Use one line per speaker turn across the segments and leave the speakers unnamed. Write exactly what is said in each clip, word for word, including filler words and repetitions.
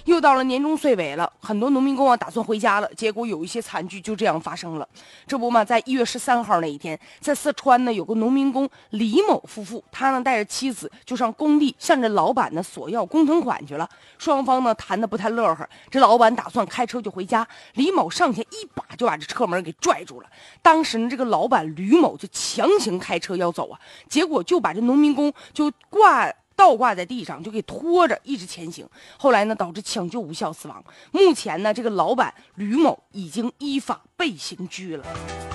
又到了年终岁尾了，很多农民工啊打算回家了，结果有一些惨剧就这样发生了。这不嘛，在一月十三号那一天，在四川呢有个农民工李某夫妇，他呢带着妻子就上工地向着老板呢索要工程款去了。双方呢谈得不太乐呵，这老板打算开车就回家，李某上前一把就把这车门给拽住了。当时呢这个老板吕某就强行开车要走啊，结果就把这农民工就挂。倒挂在地上，就给拖着一直前行。后来呢，导致抢救无效死亡。目前呢，这个老板吕某已经依法被刑拘了。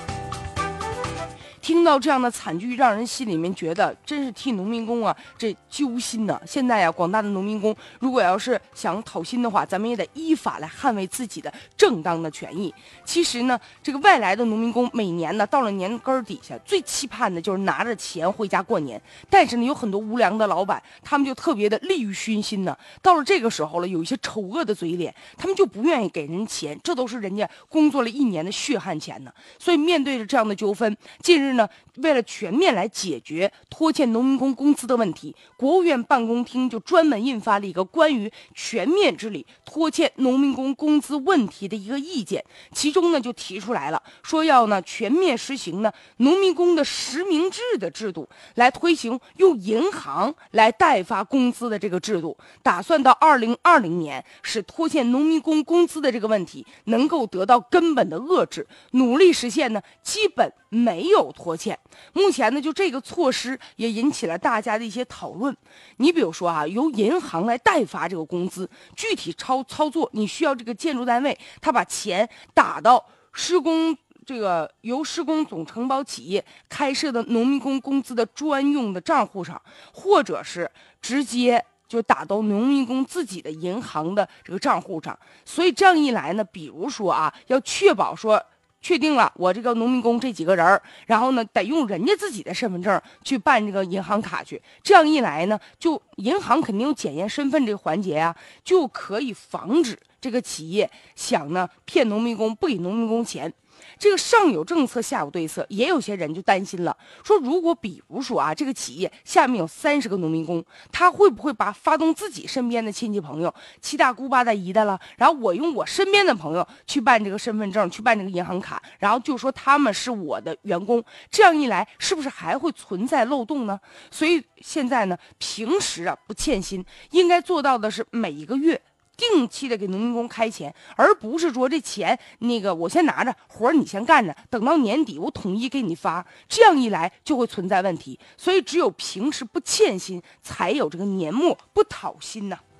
听到这样的惨剧，让人心里面觉得真是替农民工啊这揪心呐、啊。现在呀、啊，广大的农民工如果要是想讨薪的话，咱们也得依法来捍卫自己的正当的权益。其实呢，这个外来的农民工每年呢到了年根底下，最期盼的就是拿着钱回家过年。但是呢，有很多无良的老板，他们就特别的利欲熏心呢。到了这个时候了，有一些丑恶的嘴脸，他们就不愿意给人钱，这都是人家工作了一年的血汗钱呢。所以面对着这样的纠纷，近日呢，为了全面来解决拖欠农民工工资的问题，国务院办公厅就专门印发了一个关于全面治理拖欠农民工工资问题的一个意见。其中呢，就提出来了，说要呢全面实行呢农民工的实名制的制度，来推行用银行来代发工资的这个制度，打算到二零二零年使拖欠农民工工资的这个问题能够得到根本的遏制，努力实现呢基本没有拖欠。目前呢，就这个措施也引起了大家的一些讨论。你比如说啊，由银行来代发这个工资，具体操操作，你需要这个建筑单位他把钱打到施工这个由施工总承包企业开设的农民工工资的专用的账户上，或者是直接就打到农民工自己的银行的这个账户上。所以这样一来呢，比如说啊，要确保说确定了我这个农民工这几个人，然后呢得用人家自己的身份证去办这个银行卡去。这样一来呢，就银行肯定有检验身份这个环节啊，就可以防止这个企业想呢骗农民工不给农民工钱。这个上有政策下有对策，也有些人就担心了，说如果比如说啊，这个企业下面有三十个农民工，他会不会把发动自己身边的亲戚朋友、七大姑八大姨的了，然后我用我身边的朋友去办这个身份证，去办这个银行卡，然后就说他们是我的员工，这样一来是不是还会存在漏洞呢？所以现在呢，平时啊不欠薪，应该做到的是每一个月定期的给农民工开钱，而不是说这钱那个我先拿着，活儿你先干着，等到年底我统一给你发，这样一来就会存在问题。所以只有平时不欠薪，才有这个年末不讨薪呢、啊。